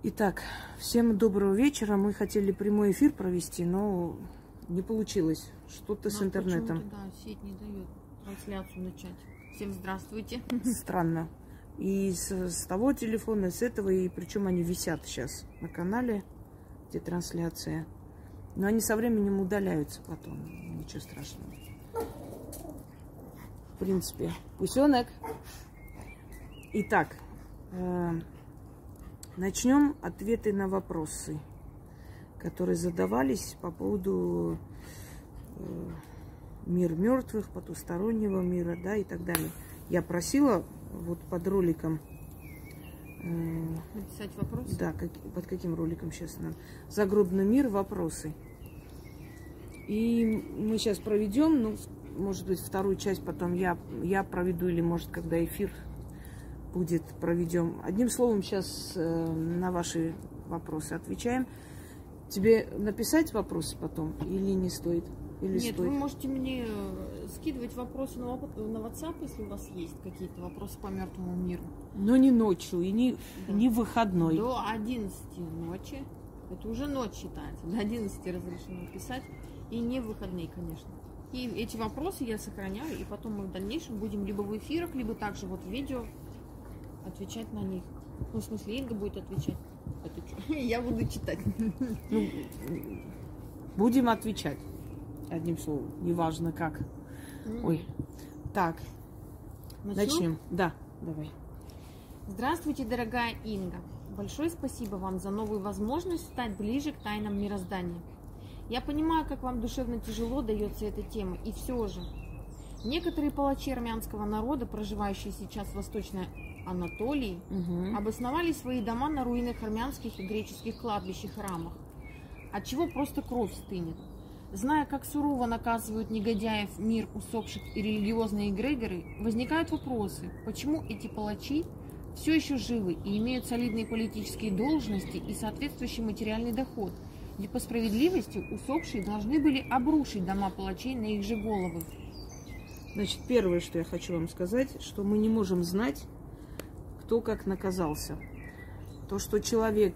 Итак, всем доброго вечера. Мы хотели прямой эфир провести, но не получилось. Что-то с интернетом. Да, сеть не дает трансляцию начать. Всем здравствуйте. Странно. И с того телефона, и с этого, и причем они висят сейчас на канале, где трансляция. Но они со временем удаляются потом. Ничего страшного. В принципе, пусенок. Итак, начнем ответы на вопросы, которые задавались по поводу мира мертвых, потустороннего мира, да, и так далее. Я просила вот под роликом написать вопросы. Да, под каким роликом сейчас нам? Загробный мир, вопросы. И мы сейчас проведем, ну, может быть, вторую часть потом я проведу, или, может, когда эфир будет, проведем. Одним словом, сейчас на ваши вопросы отвечаем. Тебе написать вопросы потом или не стоит? Или Нет, стоит? вы можете мне скидывать вопросы на WhatsApp, если у вас есть какие-то вопросы по мертвому миру. Но не ночью и не в выходной. До 11 ночи. Это уже ночь считается. До 11 разрешено писать. И не в выходные, конечно. И эти вопросы я сохраняю. И потом мы в дальнейшем будем либо в эфирах, либо также вот в видео отвечать на них. Ну, в смысле, Инга будет отвечать. Это что? Я буду читать. Ну, будем отвечать. Одним словом, неважно как. Ой. Так. Начнем. Да, давай. Здравствуйте, дорогая Инга. Большое спасибо вам за новую возможность стать ближе к тайнам мироздания. Я понимаю, как вам душевно тяжело дается эта тема, и все же. Некоторые палачи армянского народа, проживающие сейчас в Восточной Анатолии, обосновали свои дома на руинах армянских и греческих кладбищ и храмах, отчего просто кровь стынет. Зная, как сурово наказывают негодяев мир усопших и религиозные эгрегоры, возникают вопросы, почему эти палачи все еще живы и имеют солидные политические должности и соответствующий материальный доход, ведь по справедливости усопшие должны были обрушить дома палачей на их же головы. Значит, первое, что я хочу вам сказать, что мы не можем знать, кто как наказался. То, что человек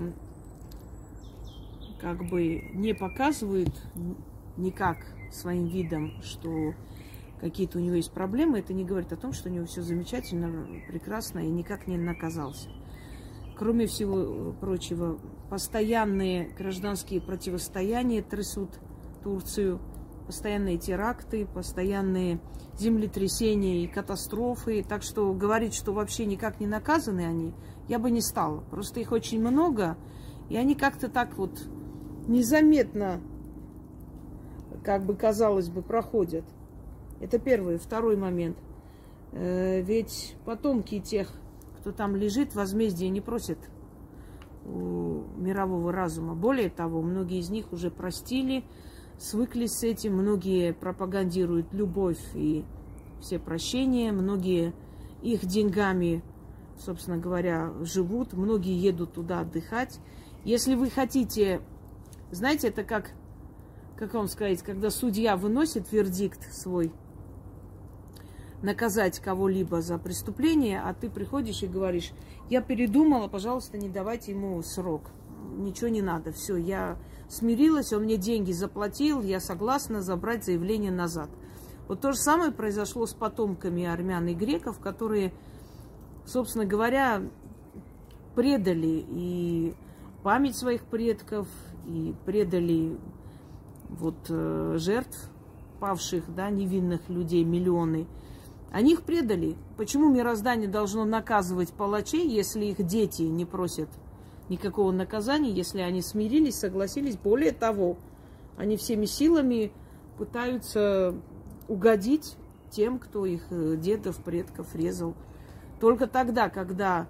как бы не показывает никак своим видом, что какие-то у него есть проблемы, это не говорит о том, что у него все замечательно, прекрасно и никак не наказался. Кроме всего прочего, постоянные гражданские противостояния трясут Турцию, постоянные теракты, постоянные землетрясения и катастрофы. Так что говорить, что вообще никак не наказаны они, я бы не стала. Просто их очень много, и они как-то так вот незаметно, как бы казалось бы, проходят. Это первый. Второй момент. Ведь потомки тех, кто там лежит, возмездие не просят у мирового разума. Более того, многие из них уже простили, свыклись с этим, многие пропагандируют любовь и все прощения, многие их деньгами, собственно говоря, живут, многие едут туда отдыхать. Если вы хотите, знаете, это как вам сказать, когда судья выносит вердикт свой, наказать кого-либо за преступление, а ты приходишь и говоришь: я передумала, пожалуйста, не давайте ему срок. Ничего не надо, все, я смирилась, он мне деньги заплатил, я согласна забрать заявление назад. Вот то же самое произошло с потомками армян и греков, которые, собственно говоря, предали и память своих предков, и предали вот жертв павших, да, невинных людей, миллионы. Они их предали. Почему мироздание должно наказывать палачей, если их дети не просят никакого наказания, если они смирились, согласились? Более того, они всеми силами пытаются угодить тем, кто их дедов, предков резал. Только тогда, когда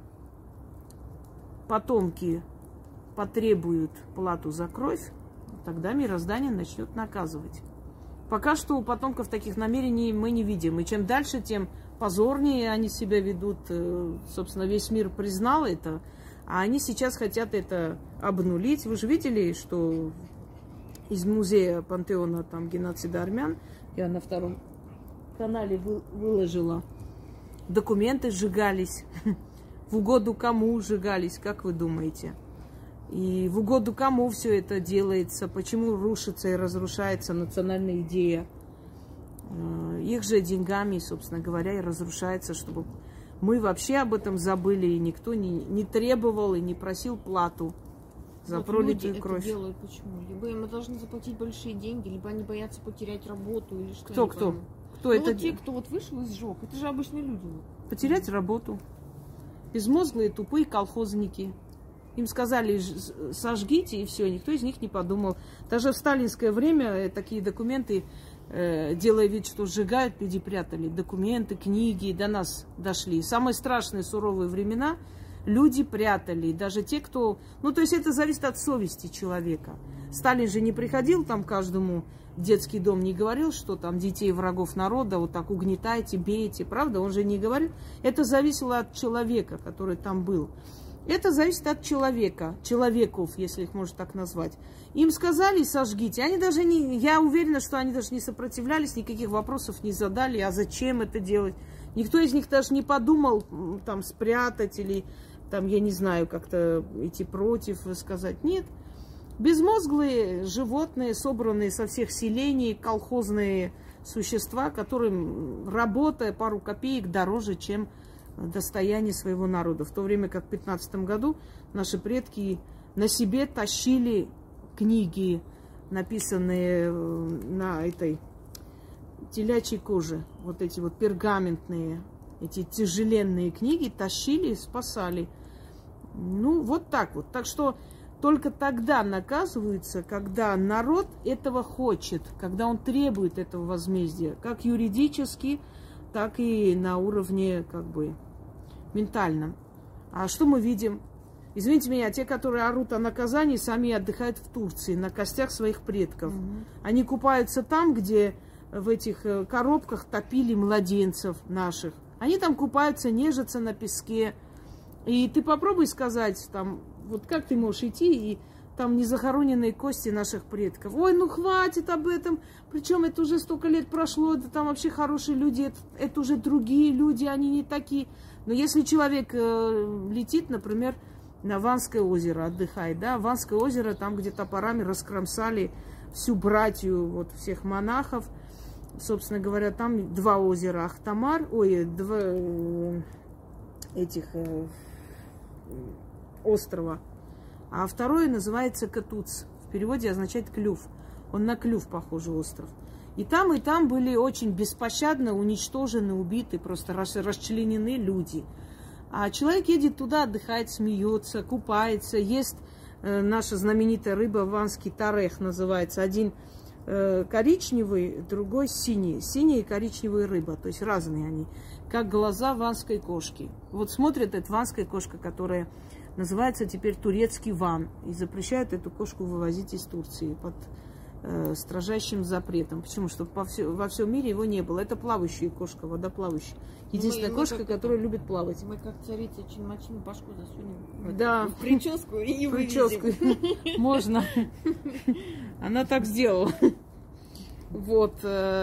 потомки потребуют плату за кровь, тогда мироздание начнет наказывать. Пока что у потомков таких намерений мы не видим. И чем дальше, тем позорнее они себя ведут. Собственно, весь мир признал это, а они сейчас хотят это обнулить. Вы же видели, что из музея пантеона там геноцида армян, я на втором канале выложила, документы сжигались. в угоду кому сжигались, как вы думаете? И в угоду кому все это делается? Почему рушится и разрушается национальная идея? Их же деньгами, собственно говоря, и разрушается, чтобы мы вообще об этом забыли, и никто не требовал и не просил плату за пролитую кровь. Это делают почему? Либо им должны заплатить большие деньги, либо они боятся потерять работу или что. Кто? Кто ну, это? Вот те, кто вот вышел и сжег, это же обычные люди. Потерять работу. Безмозглые, тупые колхозники. Им сказали, сожгите, и все, никто из них не подумал. Даже в сталинское время такие документы, делая вид, что сжигают, люди прятали. Документы, книги до нас дошли. Самые страшные суровые времена люди прятали. Даже те, кто... Ну, то есть это зависит от совести человека. Сталин же не приходил там каждому в детский дом, не говорил, что там детей врагов народа вот так угнетайте, бейте. Правда? Он же не говорил. Это зависело от человека, который там был. Это зависит от человека, человеков, если их можно так назвать. Им сказали, сожгите. Они даже не, я уверена, что они даже не сопротивлялись, никаких вопросов не задали, а зачем это делать. Никто из них даже не подумал там спрятать или там, я не знаю, как-то идти против, сказать. Нет. Безмозглые животные, собранные со всех селений, колхозные существа, которым работа, пару копеек дороже, чем достояние своего народа. В то время как в 15 году наши предки на себе тащили книги, написанные на этой телячьей коже. Вот эти вот пергаментные, эти тяжеленные книги тащили, спасали. Ну, вот так вот. Так что только тогда наказываются, когда народ этого хочет, когда он требует этого возмездия, как юридически, так и на уровне, как бы, ментальном. А что мы видим? Извините меня, те, которые орут о наказании, сами отдыхают в Турции, на костях своих предков. Они купаются там, где в этих коробках топили младенцев наших. Они там купаются, нежатся на песке. И ты попробуй сказать, там, вот как ты можешь идти и там незахороненные кости наших предков. Ой, ну хватит об этом. Причем это уже столько лет прошло, это там вообще хорошие люди, это уже другие люди, они не такие. Но если человек летит, например, на Ванское озеро, отдыхает, да, Ванское озеро, там, где топорами раскромсали всю братью вот, всех монахов, собственно говоря, там два озера Ахтамар, два этих острова. А второе называется Катуц. В переводе означает клюв. Он на клюв похожий остров. И там были очень беспощадно уничтожены, убиты, просто расчленены люди. А человек едет туда, отдыхает, смеется, купается, ест наша знаменитая рыба, ванский тарех называется. Один коричневый, другой синий. Синяя и коричневая рыба, то есть разные они. Как глаза ванской кошки. Вот смотрит эта ванская кошка, которая называется теперь турецкий ван. И запрещают эту кошку вывозить из Турции под строжайшим запретом. Почему? Чтобы во всем мире его не было. Это плавающая кошка, водоплавающая. Единственная кошка, которая любит плавать. Мы как царица Чинмачин башку засунем в прическу и вывезем. Можно. Она так сделала. Вот.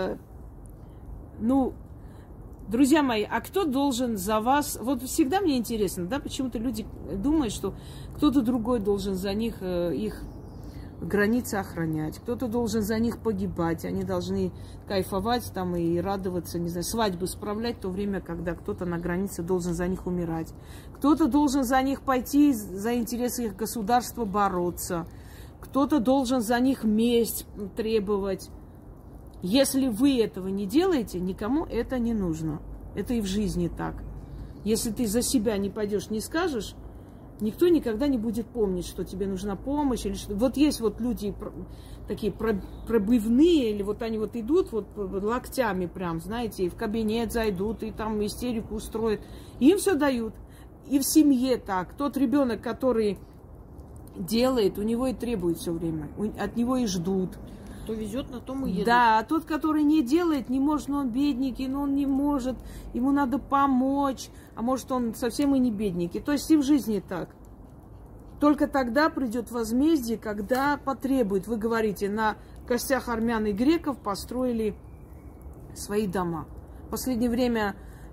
Ну, друзья мои, а кто должен за вас... Вот всегда мне интересно, да, почему-то люди думают, что кто-то другой должен за них их границы охранять, кто-то должен за них погибать, они должны кайфовать там и радоваться, не знаю, свадьбы справлять в то время, когда кто-то на границе должен за них умирать. Кто-то должен за них пойти, за интересы их государства бороться. Кто-то должен за них месть требовать. Если вы этого не делаете, никому это не нужно. Это и в жизни так. Если ты за себя не пойдешь, не скажешь, никто никогда не будет помнить, что тебе нужна помощь. Или что... Вот есть вот люди такие пробивные, или вот они вот идут вот локтями прям, знаете, и в кабинет зайдут, и там истерику устроят. Им все дают. И в семье так. Тот ребенок, который делает, у него и требует все время. От него и ждут. Кто везет, на том и едет. Да, а тот, который не делает, не может, но он бедненький, но он не может, ему надо помочь, а может он совсем и не бедненький. То есть и в жизни так. Только тогда придет возмездие, когда потребует. Вы говорите, на костях армян и греков построили свои дома. В последнее время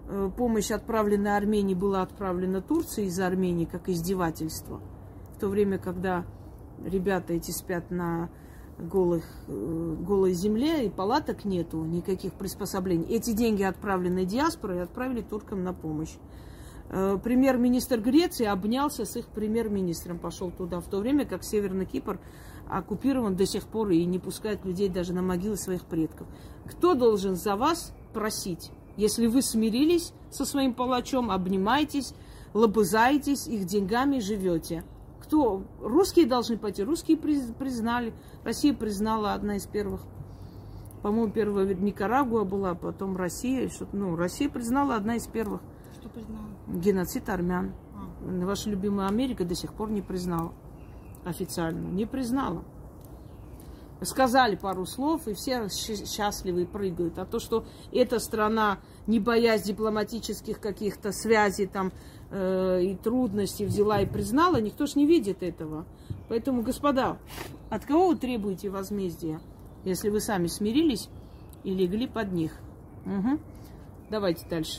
помощь, отправленная Армении, была отправлена Турции из Армении, как издевательство. В то время, когда ребята эти спят на голой земле, и палаток нету, никаких приспособлений. Эти деньги отправлены диаспорой и отправили туркам на помощь. Премьер-министр Греции обнялся с их премьер-министром, пошел туда, в то время как Северный Кипр оккупирован до сих пор и не пускает людей даже на могилы своих предков. Кто должен за вас просить, если вы смирились со своим палачом, обнимаетесь, лобызаетесь, их деньгами живете? Кто? Русские должны пойти. Русские признали. Россия признала, одна из первых. По-моему, первая Никарагуа была, потом Россия. Россия признала, одна из первых. Что признала? Геноцид армян. Ваша любимая Америка до сих пор не признала. Официально. Не признала. Сказали пару слов, и все счастливы и прыгают. А то, что эта страна, не боясь дипломатических каких-то связей там, и трудностей, взяла и признала, никто ж не видит этого. Поэтому, господа, от кого вы требуете возмездия, если вы сами смирились и легли под них? Угу. Давайте дальше.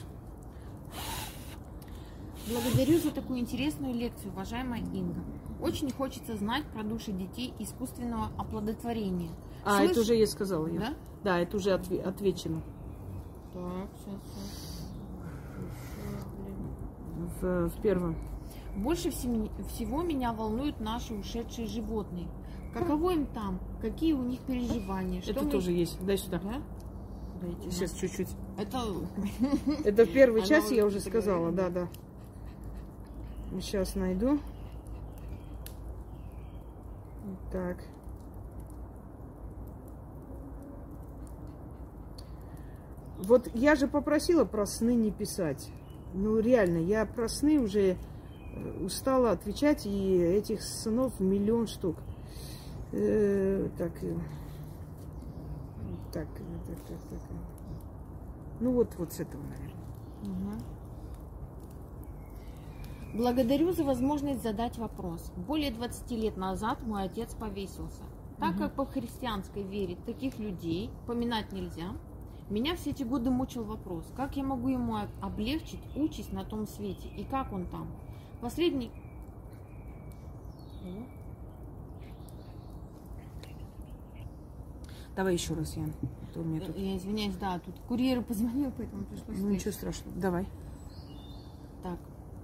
Благодарю за такую интересную лекцию, уважаемая Инга. Очень хочется знать про души детей искусственного оплодотворения. Это уже я сказала. Да? Да, это уже отвечено. Так, сейчас. В первом. Больше всего меня волнуют наши ушедшие животные. Каково им там? Какие у них переживания? Это тоже есть. Дай сюда. Да? Дайте, сейчас чуть-чуть. Это в первой части я уже сказала. Да. Сейчас найду. Так. Вот я же попросила про сны не писать. Ну, реально, я про сны уже устала отвечать, и этих снов 1 000 000 штук. Так. Ну, вот с этого, наверное. Угу. Благодарю за возможность задать вопрос. Более 20 лет назад мой отец повесился. Так как по христианской вере таких людей поминать нельзя, меня все эти годы мучил вопрос, как я могу ему облегчить участь на том свете и как он там. Последний... Давай еще раз, Ян. Я извиняюсь, да, тут курьер позвонил, поэтому пришлось... Ну, ничего страшного, давай. Так.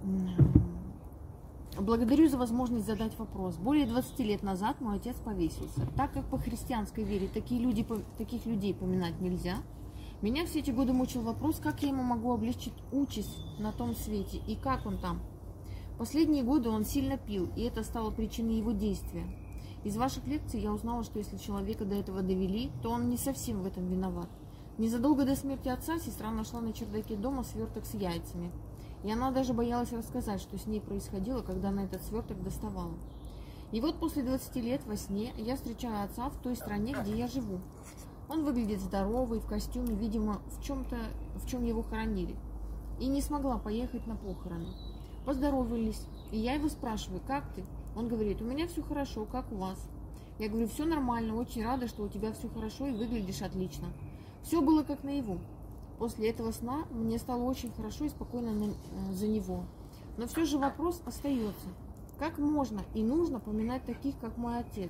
Благодарю за возможность задать вопрос. Более 20 лет назад мой отец повесился. Так как по христианской вере таких людей поминать нельзя, меня все эти годы мучил вопрос, как я ему могу облегчить участь на том свете и как он там. Последние годы он сильно пил, и это стало причиной его действия. Из ваших лекций я узнала, что если человека до этого довели, то он не совсем в этом виноват. Незадолго до смерти отца сестра нашла на чердаке дома сверток с яйцами. И она даже боялась рассказать, что с ней происходило, когда она этот сверток доставала. И вот после 20 лет во сне я встречаю отца в той стране, где я живу. Он выглядит здоровый, в костюме, видимо, в чем его хоронили. И не смогла поехать на похороны. Поздоровались, и я его спрашиваю, как ты? Он говорит, у меня все хорошо, как у вас? Я говорю, все нормально, очень рада, что у тебя все хорошо и выглядишь отлично. Все было как наяву. После этого сна мне стало очень хорошо и спокойно за него. Но все же вопрос остается. Как можно и нужно поминать таких, как мой отец?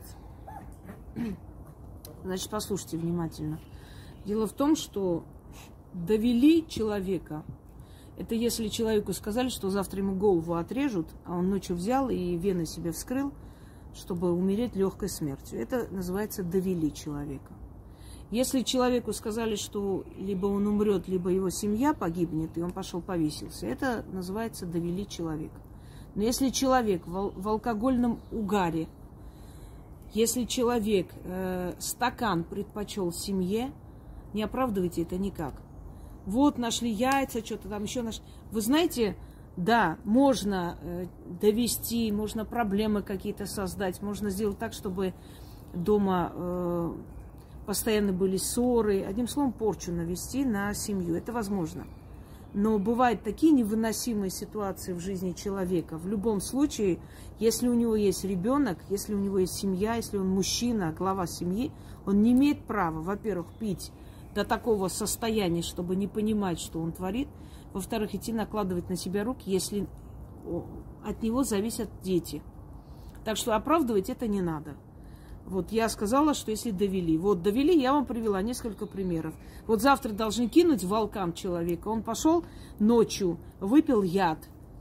Значит, послушайте внимательно. Дело в том, что довели человека. Это если человеку сказали, что завтра ему голову отрежут, а он ночью взял и вены себе вскрыл, чтобы умереть легкой смертью. Это называется довели человека. Если человеку сказали, что либо он умрет, либо его семья погибнет, и он пошел повесился, это называется довели человека. Но если человек в алкогольном угаре, если человек стакан предпочел семье, не оправдывайте это никак. Вот нашли яйца, что-то там еще нашли. Вы знаете, да, можно довести, можно проблемы какие-то создать, можно сделать так, чтобы дома постоянно были ссоры, одним словом, порчу навести на семью. Это возможно. Но бывают такие невыносимые ситуации в жизни человека. В любом случае, если у него есть ребенок, если у него есть семья, если он мужчина, глава семьи, он не имеет права, во-первых, пить до такого состояния, чтобы не понимать, что он творит. Во-вторых, идти накладывать на себя руки, если от него зависят дети. Так что оправдывать это не надо. Вот я сказала, что если довели. Вот довели, я вам привела несколько примеров. Вот завтра должны кинуть волкам человека. Он пошел ночью, выпил яд,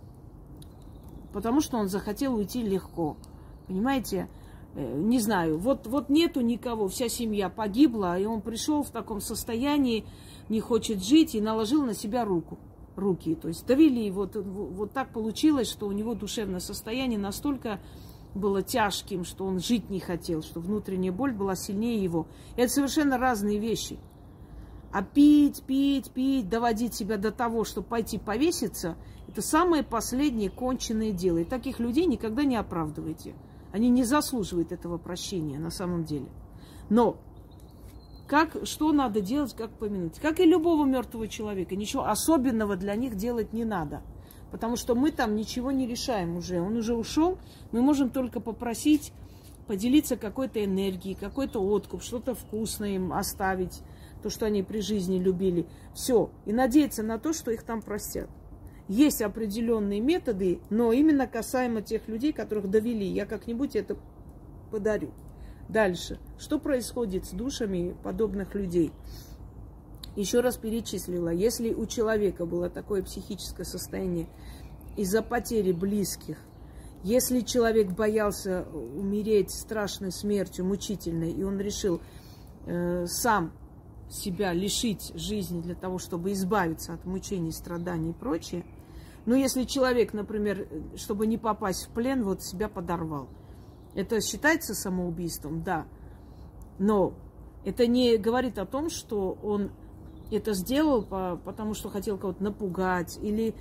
потому что он захотел уйти легко. Понимаете? Не знаю. Вот нету никого, вся семья погибла, и он пришел в таком состоянии, не хочет жить, и наложил на себя руки. То есть довели. Вот так получилось, что у него душевное состояние настолько было тяжким, что он жить не хотел, что внутренняя боль была сильнее его. Это совершенно разные вещи. А пить, доводить себя до того, чтобы пойти повеситься, это самое последнее конченное дело. И таких людей никогда не оправдывайте. Они не заслуживают этого прощения на самом деле. Но что надо делать, как помянуть? Как и любого мертвого человека. Ничего особенного для них делать не надо. Потому что мы там ничего не решаем уже. Он уже ушел. Мы можем только попросить поделиться какой-то энергией, какой-то откуп, что-то вкусное им оставить, то, что они при жизни любили. Все. И надеяться на то, что их там простят. Есть определенные методы, но именно касаемо тех людей, которых довели. Я как-нибудь это подарю. Дальше. Что происходит с душами подобных людей? Еще раз перечислила. Если у человека было такое психическое состояние из-за потери близких, если человек боялся умереть страшной смертью, мучительной, и он решил сам себя лишить жизни для того, чтобы избавиться от мучений, страданий и прочее, но если человек, например, чтобы не попасть в плен, вот себя подорвал, это считается самоубийством? Да. Но это не говорит о том, что он это сделал, потому что хотел кого-то напугать, или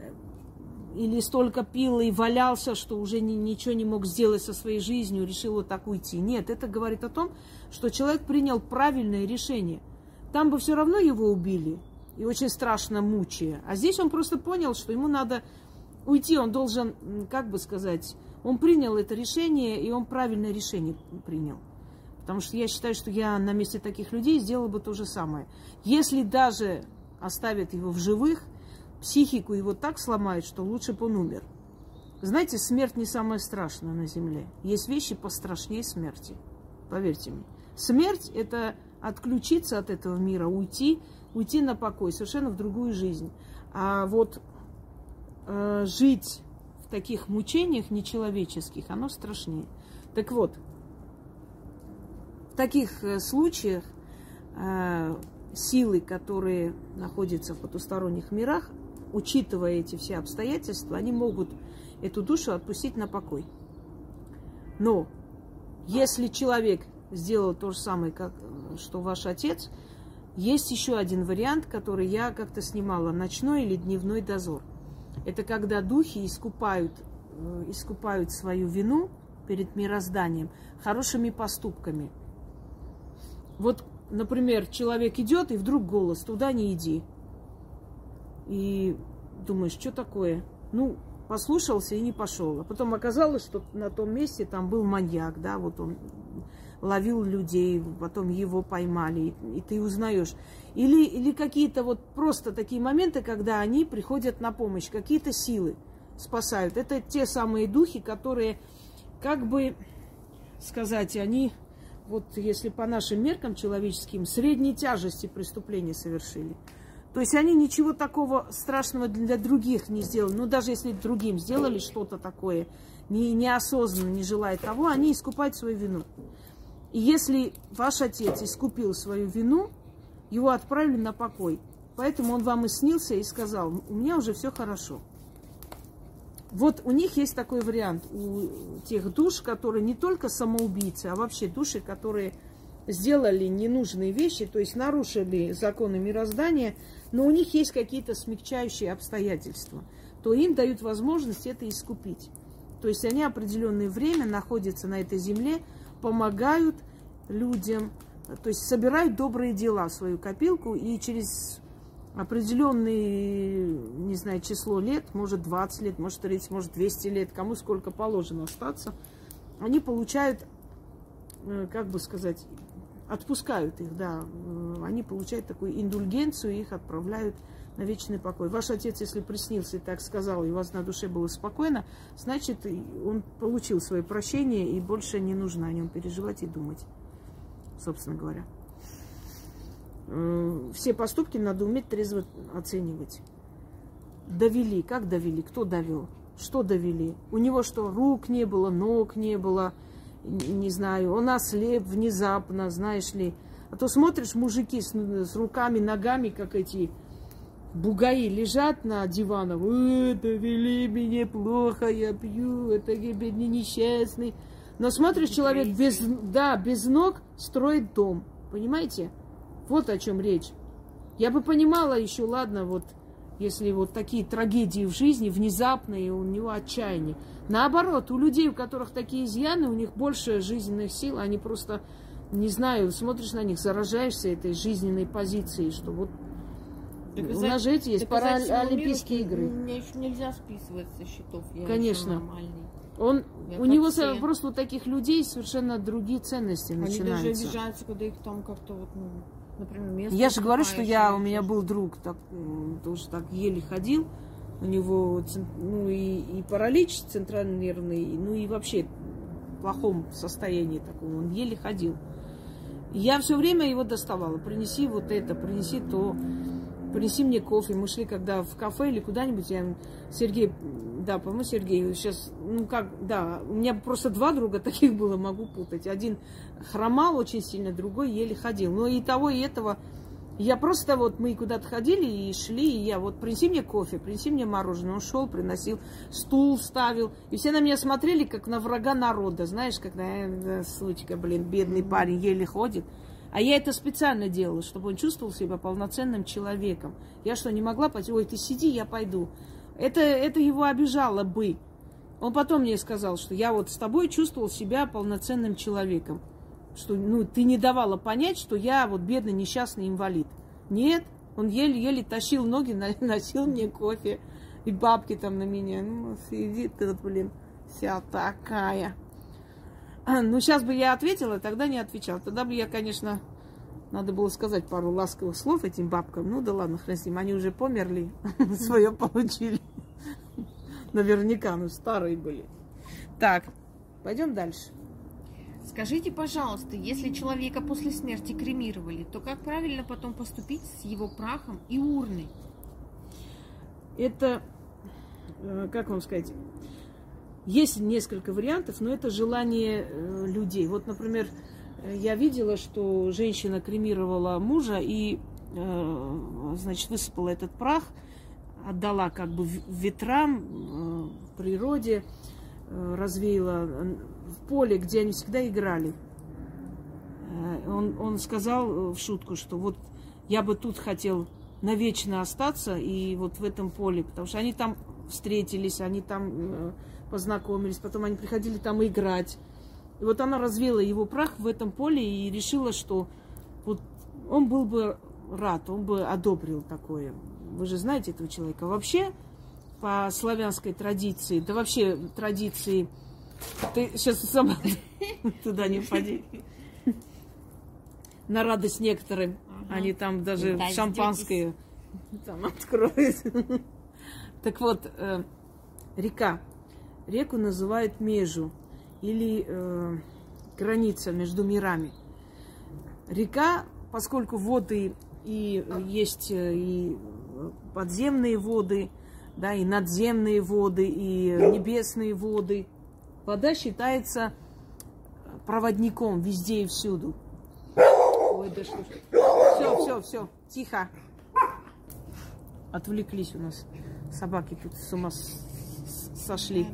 столько пил и валялся, что уже ничего не мог сделать со своей жизнью, решил вот так уйти. Нет, это говорит о том, что человек принял правильное решение. Там бы все равно его убили, и очень страшно мучая. А здесь он просто понял, что ему надо уйти, он должен, как бы сказать, он принял это решение, и он правильное решение принял. Потому что я считаю, что я на месте таких людей сделала бы то же самое. Если даже оставят его в живых, психику его так сломают, что лучше бы он умер. Знаете, смерть не самое страшное на земле. Есть вещи пострашнее смерти. Поверьте мне. Смерть – это отключиться от этого мира, уйти на покой, совершенно в другую жизнь. А вот жить в таких мучениях нечеловеческих, оно страшнее. Так вот, в таких случаях силы, которые находятся в потусторонних мирах, учитывая эти все обстоятельства, они могут эту душу отпустить на покой. Но если человек сделал то же самое, что ваш отец, есть еще один вариант, который я как-то снимала, ночной или дневной дозор. Это когда духи искупают свою вину перед мирозданием хорошими поступками. Вот, например, человек идет, и вдруг голос: туда не иди. И думаешь, что такое? Ну, послушался и не пошел. А потом оказалось, что на том месте там был маньяк, да, вот он ловил людей, потом его поймали, и ты узнаешь. Или какие-то вот просто такие моменты, когда они приходят на помощь, какие-то силы спасают. Это те самые духи, которые, как бы сказать, они, вот если по нашим меркам человеческим, средней тяжести преступления совершили. То есть они ничего такого страшного для других не сделали. Но даже если другим сделали что-то такое, неосознанно, не желая того, они искупают свою вину. И если ваш отец искупил свою вину, его отправили на покой. Поэтому он вам и снился и сказал: у меня уже все хорошо. Вот у них есть такой вариант. У тех душ, которые не только самоубийцы, а вообще души, которые сделали ненужные вещи, то есть нарушили законы мироздания, но у них есть какие-то смягчающие обстоятельства, то им дают возможность это искупить. То есть они определенное время находятся на этой земле, помогают людям, то есть собирают добрые дела в свою копилку, и через определенное, не знаю, число лет, может 20 лет, может 30, может 200 лет, кому сколько положено остаться, они получают, как бы сказать, отпускают их, да, они получают такую индульгенцию, их отправляют на вечный покой. Ваш отец, если приснился и так сказал, и у вас на душе было спокойно, значит, он получил свое прощение, и больше не нужно о нем переживать и думать, собственно говоря. Все поступки надо уметь трезво оценивать. Довели. Как довели? Кто довел? Что довели? У него что, рук не было, ног не было, не знаю, он ослеп внезапно, знаешь ли. А то смотришь, мужики с руками, ногами, как эти бугаи, лежат на диванах. Довели меня плохо, я пью, это бедный несчастный. Но смотришь, человек без ног строит дом. Понимаете? Вот о чем речь. Я бы понимала еще, ладно, вот если вот такие трагедии в жизни, внезапные, у него отчаяние. Наоборот, у людей, у которых такие изъяны, у них больше жизненных сил, они просто, не знаю, смотришь на них, заражаешься этой жизненной позицией, что вот у нас же эти есть паралимпийские игры. Мне еще нельзя списывать со счетов. Я конечно. У него просто у таких людей совершенно другие ценности начинаются. Они даже обижаются, когда их там как-то вот, например, место. Я же говорю, что у меня был друг, тоже так еле ходил. У него и паралич центрально-нервный, и вообще в плохом состоянии таком. Он еле ходил. И я все время его доставала. Принеси вот это, принеси то, принеси мне кофе. Мы шли когда в кафе или куда-нибудь, Сергей, да, по-моему, Сергей, сейчас, у меня просто два друга таких было, могу путать. Один хромал очень сильно, другой еле ходил. Но и того, и этого. Я просто мы куда-то ходили и шли, и я принеси мне кофе, принеси мне мороженое. Он шел, приносил, стул ставил. И все на меня смотрели, как на врага народа. Знаешь, когда, сучка, бедный парень еле ходит. А я это специально делала, чтобы он чувствовал себя полноценным человеком. Я что, не могла пойти? Ой, ты сиди, я пойду. Это его обижало бы. Он потом мне сказал, что я с тобой чувствовал себя полноценным человеком. Что, ты не давала понять, что я бедный, несчастный инвалид. Нет, он еле-еле тащил ноги, носил мне кофе. И бабки там на меня. Сидит тут, вся такая. Сейчас бы я ответила, тогда не отвечала. Тогда бы я, конечно, надо было сказать пару ласковых слов этим бабкам. Да ладно, хрен с ним, они уже померли, свое получили. Наверняка, старые были. Так, пойдем дальше. Скажите, пожалуйста, если человека после смерти кремировали, то как правильно потом поступить с его прахом и урной? Это, как вам сказать, есть несколько вариантов, но это желание людей. Например, я видела, что женщина кремировала мужа и, высыпала этот прах, отдала ветрам, природе, развеяла в поле, где они всегда играли. Он сказал в шутку, что я бы тут хотел навечно остаться и в этом поле, потому что они там встретились, они там познакомились, потом они приходили там играть. И она развеяла его прах в этом поле и решила, что он был бы рад, он бы одобрил такое. Вы же знаете этого человека. Вообще, по славянской традиции, да вообще традиции... Ты сейчас сама туда не впади. На радость некоторым. Они там даже шампанское там откроют. Так река. Реку называют межу или граница между мирами. Река, поскольку воды и есть и подземные воды, да, и надземные воды, и небесные воды. Вода считается проводником везде и всюду. Ой, да что. Все, тихо. Отвлеклись у нас. Собаки тут с ума сошли.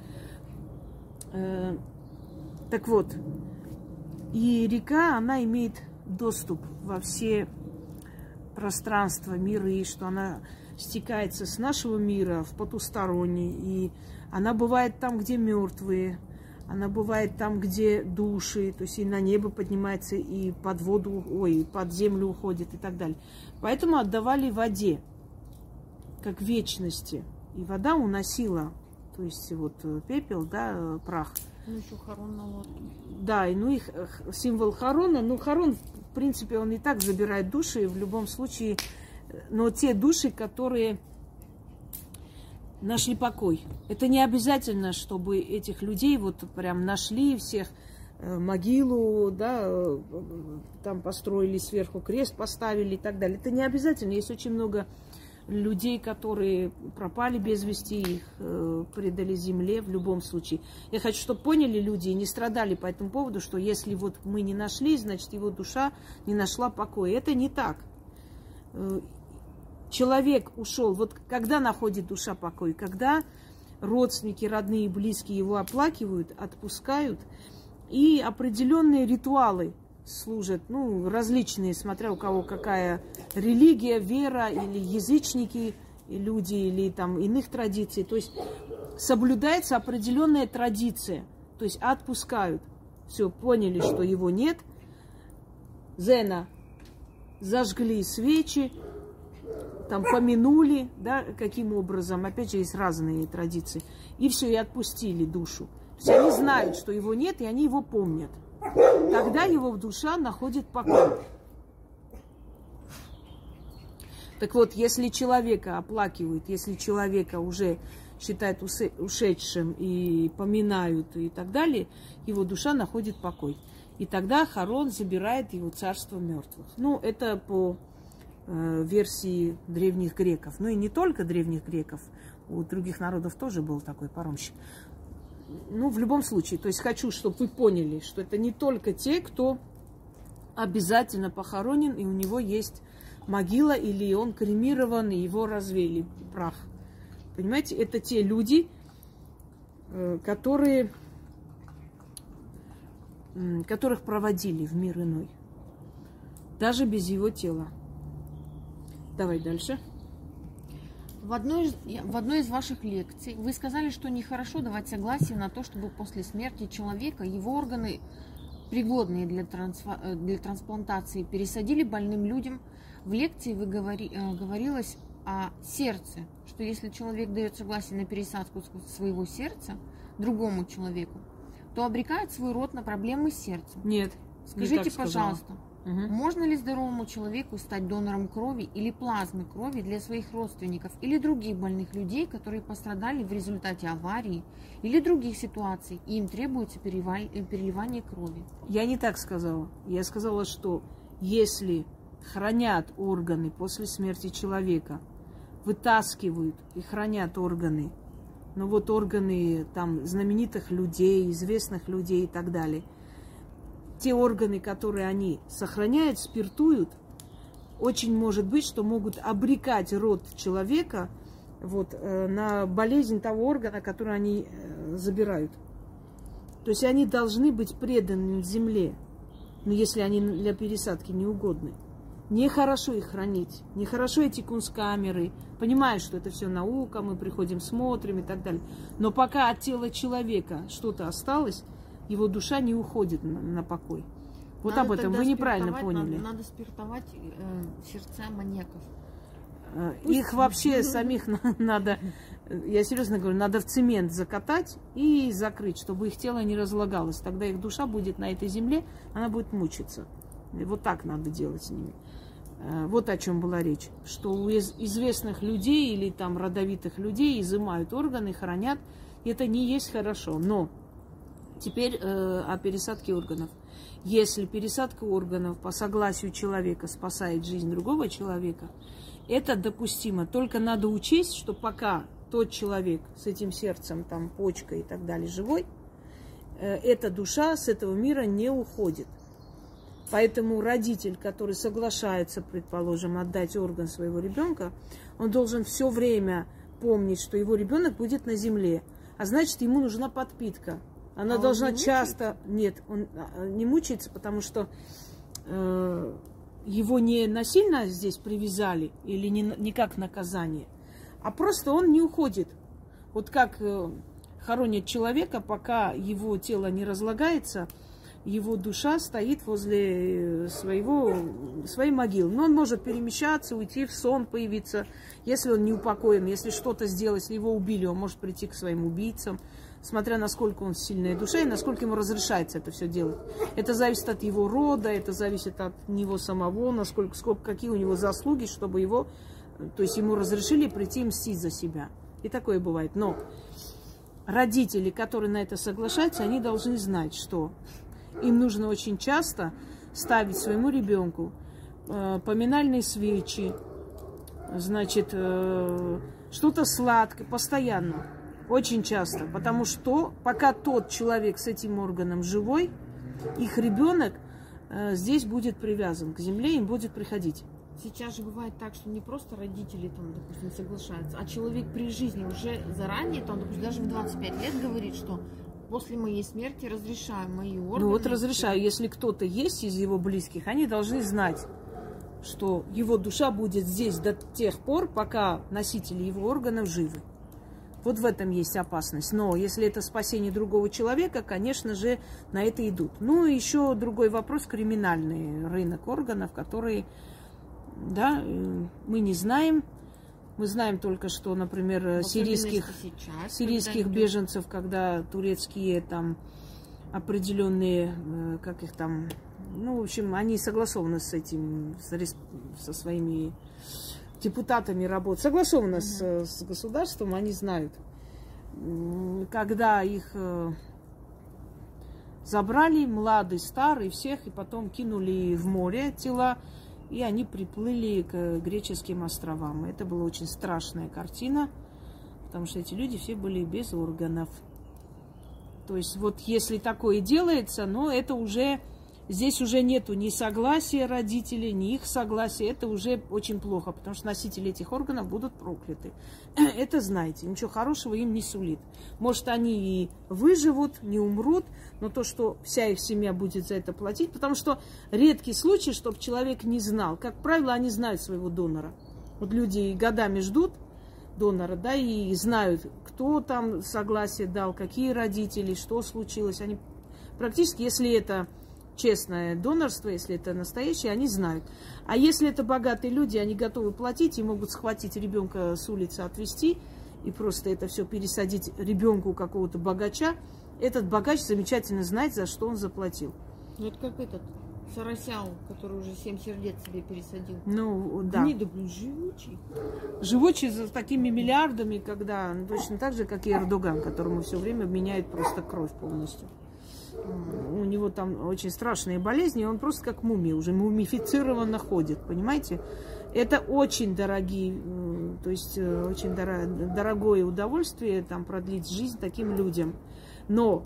Так и река, она имеет доступ во все пространства, миры, что она стекается с нашего мира в потусторонний, и она бывает там, где мертвые, она бывает там, где души, то есть и на небо поднимается, и под воду, под землю уходит и так далее. Поэтому отдавали воде, как вечности, и вода уносила, то есть пепел, да, прах. Еще хорон на лодке. Да, их символ хорона, Хорон, в принципе, он и так забирает души, и в любом случае Но те души, которые нашли покой. Это не обязательно, чтобы этих людей вот прям нашли всех, могилу, да, там построили сверху крест, поставили и так далее. Это не обязательно. Есть очень много людей, которые пропали без вести, их предали земле в любом случае. Я хочу, чтобы поняли люди и не страдали по этому поводу, что если вот мы не нашли, значит его душа не нашла покоя. Это не так. Человек ушел. Вот когда находит душа покой? Когда родственники, родные и близкие его оплакивают, отпускают, и определенные ритуалы служат, ну, различные, смотря у кого какая религия, вера, или язычники, и люди, или там иных традиций. То есть соблюдается определенная традиция. То есть отпускают. Все, поняли, что его нет. Зена, зажгли свечи, там помянули, да, каким образом. Опять же, есть разные традиции. И все, и отпустили душу. То есть они знают, что его нет, и они его помнят. Тогда его душа находит покой. Так вот, если человека оплакивают, если человека уже считают ушедшим и поминают и так далее, его душа находит покой. И тогда Харон забирает его царство мертвых. Ну, это по версии древних греков. Ну и не только древних греков, у других народов тоже был такой паромщик. Ну, в любом случае, то есть хочу, чтобы вы поняли, что это не только те, кто обязательно похоронен, и у него есть могила, или он кремирован, и его развеяли, прах. Понимаете, это те люди, которых проводили в мир иной, даже без его тела. Давай дальше. В одной из ваших лекций вы сказали, что нехорошо давать согласие на то, чтобы после смерти человека его органы, пригодные для трансплантации, пересадили больным людям. В лекции говорилось о сердце, что если человек дает согласие на пересадку своего сердца другому человеку, то обрекает свой род на проблемы с сердцем. Нет. Скажите, пожалуйста, можно ли здоровому человеку стать донором крови или плазмы крови для своих родственников или других больных людей, которые пострадали в результате аварии или других ситуаций, и им требуется переливание крови? Я не так сказала. Я сказала, что если хранят органы после смерти человека, вытаскивают и хранят органы, ну вот органы там знаменитых людей, известных людей и так далее, те органы, которые они сохраняют, спиртуют, очень может быть, что могут обрекать род человека вот, на болезнь того органа, который они забирают. То есть они должны быть преданы земле, но если они для пересадки не угодны. Нехорошо их хранить, нехорошо эти кунсткамеры. Понимаю, что это все наука, мы приходим, смотрим и так далее. Но пока от тела человека что-то осталось, его душа не уходит на покой. Вот об этом вы неправильно поняли. Надо спиртовать сердца маньяков. Их вообще самих надо, я серьезно говорю, надо в цемент закатать и закрыть, чтобы их тело не разлагалось. Тогда их душа будет на этой земле, она будет мучиться. И вот так надо делать с ними. Вот о чем была речь. Что у известных людей или там родовитых людей изымают органы, хранят. Это не есть хорошо. Но теперь о пересадке органов. Если пересадка органов по согласию человека спасает жизнь другого человека, это допустимо. Только надо учесть, что пока тот человек с этим сердцем, там, почкой и так далее живой, эта душа с этого мира не уходит. Поэтому родитель, который соглашается, предположим, отдать орган своего ребенка, он должен все время помнить, что его ребенок будет на земле. А значит, ему нужна подпитка. Она должна часто... Нет, он не мучается, потому что его не насильно здесь привязали или не как наказание, а просто он не уходит. Вот как хоронят человека, пока его тело не разлагается, его душа стоит возле своей могилы. Но он может перемещаться, уйти в сон, появиться. Если он не упокоен, если что-то сделать, если его убили, он может прийти к своим убийцам, смотря насколько он сильная душа и насколько ему разрешается это все делать. Это зависит от его рода, это зависит от него самого, какие у него заслуги, чтобы его, то есть ему разрешили прийти и мстить за себя. И такое бывает. Но родители, которые на это соглашаются, они должны знать, что им нужно очень часто ставить своему ребенку поминальные свечи, значит, что-то сладкое, постоянно, очень часто. Потому что пока тот человек с этим органом живой, их ребенок здесь будет привязан к земле, им будет приходить. Сейчас же бывает так, что не просто родители там, допустим, соглашаются, а человек при жизни уже заранее, там, допустим, даже в 25 лет говорит, что после моей смерти разрешаю мои органы. Ну вот разрешаю. Если кто-то есть из его близких, они должны знать, что его душа будет здесь до тех пор, пока носители его органов живы. Вот в этом есть опасность. Но если это спасение другого человека, конечно же, на это идут. Ну, еще другой вопрос – криминальный рынок органов, который, да, мы не знаем. Мы знаем только, что, например, сирийских беженцев, когда турецкие там определенные, как их там, ну, в общем, они согласованы с этим, со своими депутатами работают, согласованы с государством, они знают. Когда их забрали, молодые, старые, всех, и потом кинули в море тела, и они приплыли к греческим островам. Это была очень страшная картина, потому что эти люди все были без органов. То есть вот если такое делается, но это уже, здесь уже нету ни согласия родителей, ни их согласия. Это уже очень плохо, потому что носители этих органов будут прокляты. Это знаете, ничего хорошего им не сулит. Может, они и выживут, не умрут, но то, что вся их семья будет за это платить, потому что редкий случай, чтобы человек не знал. Как правило, они знают своего донора. Вот люди годами ждут донора, да, и знают, кто там согласие дал, какие родители, что случилось. Они практически, если это честное донорство, если это настоящее, они знают. А если это богатые люди, они готовы платить и могут схватить ребенка с улицы, отвезти и просто это все пересадить ребенку какого-то богача. Этот богач замечательно знает, за что он заплатил. Ну, это как этот Сарасян, который уже 7 сердец себе пересадил. Ну, да. Гнида, блин, живучий. Живучий за такими миллиардами, когда, ну, точно так же, как и Эрдоган, которому все время меняет просто кровь полностью. У него там очень страшные болезни, он просто как мумия, уже мумифицированно ходит, понимаете? Это очень дорогие, то есть очень дорогое удовольствие там продлить жизнь таким людям. Но,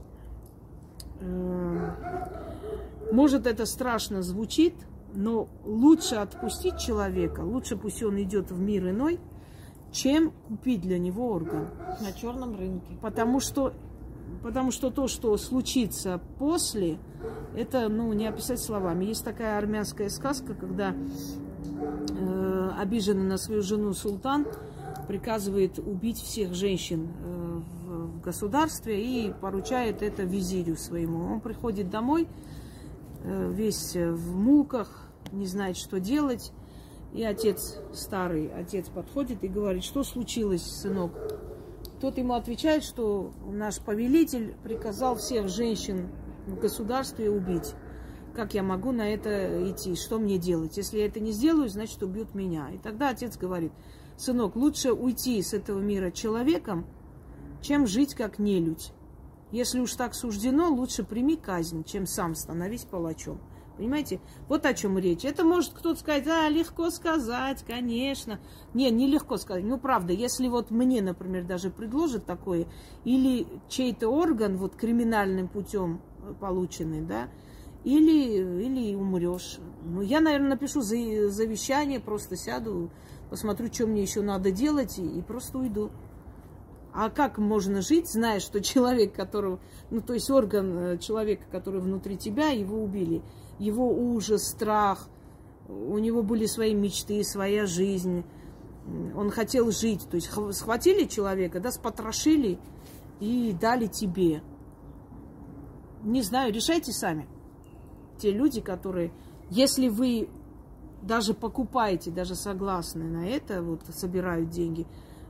может, это страшно звучит, но лучше отпустить человека, лучше пусть он идет в мир иной, чем купить для него орган. На черном рынке. Потому что то, что случится после, это, ну, не описать словами. Есть такая армянская сказка, когда обиженный на свою жену султан приказывает убить всех женщин в государстве и поручает это визирю своему. Он приходит домой, весь в муках, не знает, что делать. И старый отец подходит и говорит: что случилось, сынок? Тот ему отвечает, что наш повелитель приказал всех женщин в государстве убить. Как я могу на это идти? Что мне делать? Если я это не сделаю, значит, убьют меня. И тогда отец говорит: сынок, лучше уйти с этого мира человеком, чем жить как нелюдь. Если уж так суждено, лучше прими казнь, чем сам становись палачом. Понимаете? Вот о чем речь. Это может кто-то сказать: легко сказать, конечно. Не легко сказать. Ну, правда, если вот мне, например, даже предложат такое, или чей-то орган вот криминальным путем полученный, да, или умрешь. Ну, я, наверное, напишу завещание, просто сяду, посмотрю, что мне еще надо делать, и просто уйду. А как можно жить, зная, что человек, которого, ну, то есть орган человека, который внутри тебя, его убили? Его ужас, страх, у него были свои мечты, своя жизнь, он хотел жить. То есть схватили человека, да, спотрошили и дали тебе. Не знаю, решайте сами. Те люди, которые, если вы даже покупаете, даже согласны на это, вот собирают деньги,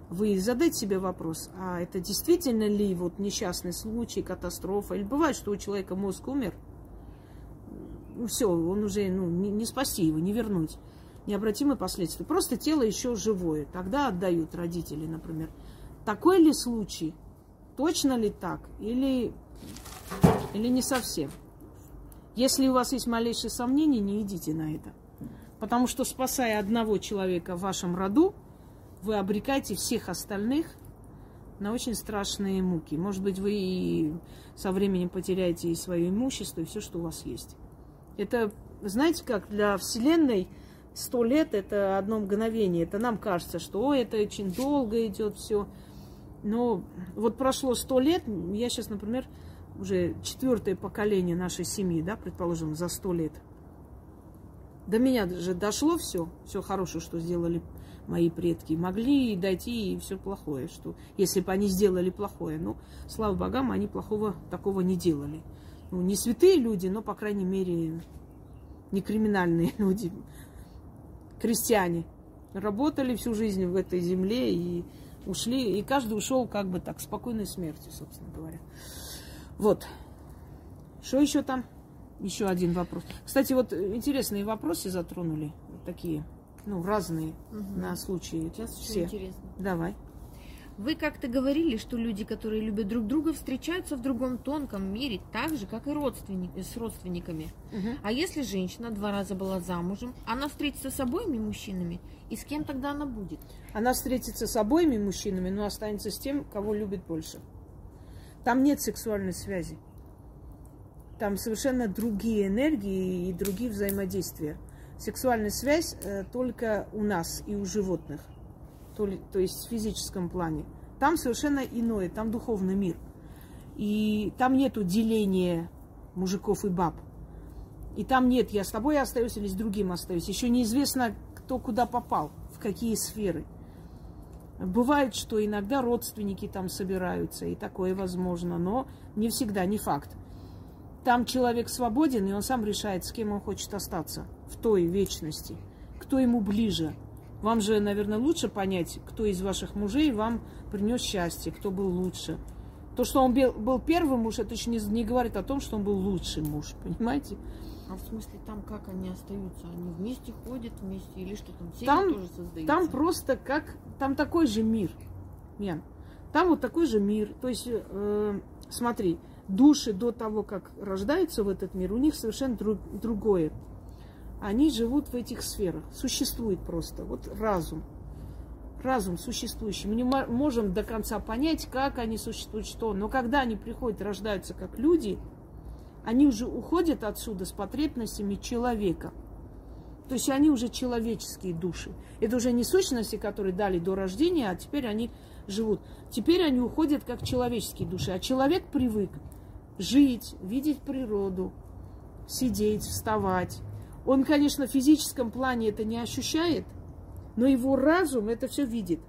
вы задайте себе вопрос, а это действительно ли вот несчастный случай, катастрофа? Или бывает, что у человека мозг умер, все, он уже не спасти его, не вернуть. Необратимые последствия. Просто тело еще живое. Тогда отдают родители, например. Такой ли случай? Точно ли так? Или не совсем? Если у вас есть малейшие сомнения, не идите на это. Потому что, спасая одного человека в вашем роду, вы обрекаете всех остальных на очень страшные муки. Может быть, вы и со временем потеряете и свое имущество, и все, что у вас есть. Это, знаете, как для Вселенной 100 лет – это одно мгновение. Это нам кажется, что это очень долго идет все. Но вот прошло 100 лет, я сейчас, например, уже 4-е поколение нашей семьи, да, предположим, за 100 лет. До меня же дошло все хорошее, что сделали мои предки. Могли дойти и все плохое, что если бы они сделали плохое. Ну, слава богам, они плохого такого не делали. Ну, не святые люди, но, по крайней мере, не криминальные люди. Крестьяне. Работали всю жизнь в этой земле и ушли. И каждый ушел как бы так, спокойной смертью, собственно говоря. Вот. Что еще там? Еще один вопрос. Кстати, вот интересные вопросы затронули. Такие, разные на случай. Сейчас все. Интересно. Давай. Вы как-то говорили, что люди, которые любят друг друга, встречаются в другом тонком мире, так же, как и с родственниками. А если женщина 2 раза была замужем, она встретится с обоими мужчинами, и с кем тогда она будет? Она встретится с обоими мужчинами, но останется с тем, кого любит больше. Там нет сексуальной связи. Там совершенно другие энергии и другие взаимодействия. Сексуальная связь только у нас и у животных. То есть в физическом плане. Там совершенно иное, там духовный мир. И там нету деления мужиков и баб. И там нет, я с тобой остаюсь или с другим остаюсь. Еще неизвестно, кто куда попал, в какие сферы. Бывает, что иногда родственники там собираются, и такое возможно, но не всегда, не факт. Там человек свободен, и он сам решает, с кем он хочет остаться в той вечности, кто ему ближе. Вам же, наверное, лучше понять, кто из ваших мужей вам принес счастье, кто был лучше. То, что он был первым муж, это еще не говорит о том, что он был лучший муж, понимаете? А в смысле, там как они остаются? Они вместе ходят вместе или что там? Там тоже создаются? Там просто там такой же мир, Ян. Там вот такой же мир. То есть, смотри, души до того, как рождаются в этот мир, у них совершенно другое. Они живут в этих сферах. Существует просто. Вот разум. Разум существующий. Мы не можем до конца понять, как они существуют, что. Но когда они приходят, рождаются как люди, они уже уходят отсюда с потребностями человека. То есть они уже человеческие души. Это уже не сущности, которые дали до рождения, а теперь они живут. Теперь они уходят как человеческие души. А человек привык жить, видеть природу, сидеть, вставать. Он, конечно, в физическом плане это не ощущает, но его разум это все видит.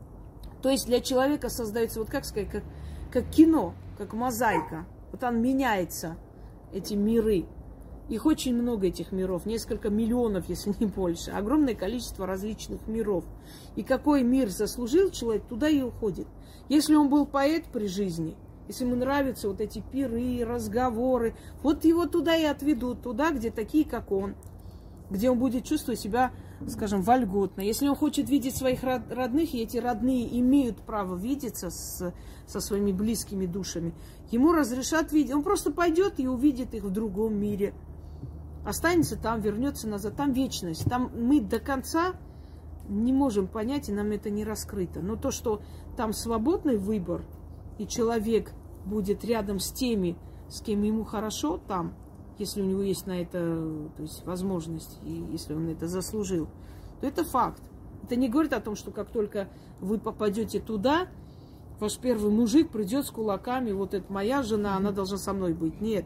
То есть для человека создается, вот как сказать, как кино, как мозаика. Вот он меняется, эти миры. Их очень много, этих миров, несколько миллионов, если не больше. Огромное количество различных миров. И какой мир заслужил человек, туда и уходит. Если он был поэт при жизни, если ему нравятся вот эти пиры, разговоры, вот его туда и отведут, туда, где такие, как он, где он будет чувствовать себя, скажем, вольготно. Если он хочет видеть своих родных, и эти родные имеют право видеться со своими близкими душами, ему разрешат видеть. Он просто пойдет и увидит их в другом мире. Останется там, вернется назад. Там вечность. Там мы до конца не можем понять, и нам это не раскрыто. Но то, что там свободный выбор, и человек будет рядом с теми, с кем ему хорошо там, если у него есть на это, то есть, возможность, и если он это заслужил, то это факт. Это не говорит о том, что как только вы попадете туда, ваш первый мужик придет с кулаками, вот это моя жена, она должна со мной быть. Нет.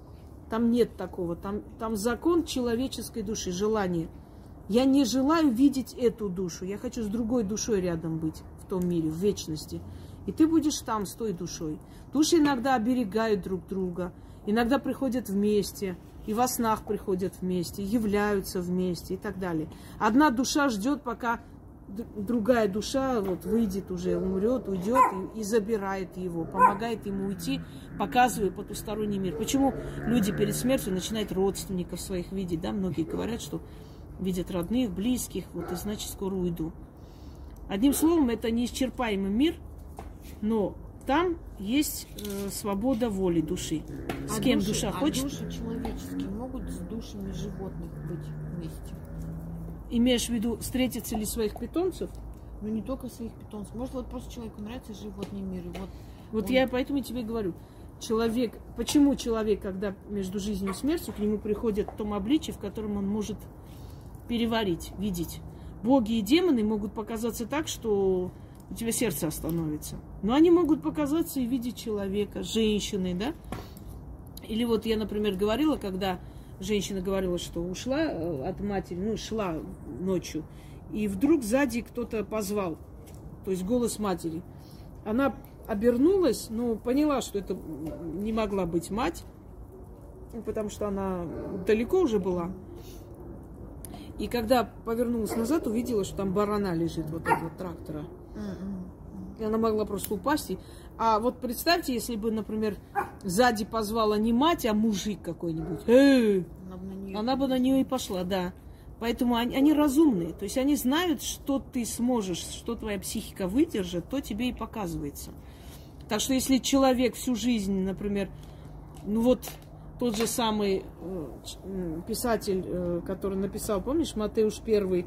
Там нет такого. Там закон человеческой души, желание. Я не желаю видеть эту душу. Я хочу с другой душой рядом быть в том мире, в вечности. И ты будешь там с той душой. Души иногда оберегают друг друга, иногда приходят вместе, и во снах приходят вместе, являются вместе и так далее. Одна душа ждет, пока другая душа вот выйдет уже, умрет, уйдет и забирает его, помогает ему уйти, показывая потусторонний мир. Почему люди перед смертью начинают родственников своих видеть, да? Многие говорят, что видят родных, близких, вот и значит скоро уйду. Одним словом, это неисчерпаемый мир, но там есть свобода воли души. С кем душа хочет. Души человеческие могут с душами животных быть вместе? Имеешь в виду, встретиться ли своих питомцев? Ну, не только своих питомцев. Может, вот просто человеку нравится животный мир. И вот он... я поэтому тебе говорю. Человек, почему человек, когда между жизнью и смертью, к нему приходит в том обличии, в котором он может переварить, видеть. Боги и демоны могут показаться так, что у тебя сердце остановится. Но они могут показаться и в виде человека, женщины, да? Или вот я, например, говорила, когда женщина говорила, что ушла от матери, ну, шла ночью, и вдруг сзади кто-то позвал, то есть голос матери. Она обернулась, но поняла, что это не могла быть мать, потому что она далеко уже была. И когда повернулась назад, увидела, что там барана лежит, вот этого трактора. И она могла просто упасть. А вот представьте, если бы, например, сзади позвала не мать, а мужик какой-нибудь. Она бы на нее и пошла, да. Поэтому они разумные. То есть они знают, что ты сможешь, что твоя психика выдержит, то тебе и показывается. Так что если человек всю жизнь, например, ну вот тот же самый писатель, который написал, помнишь, Матеуш I,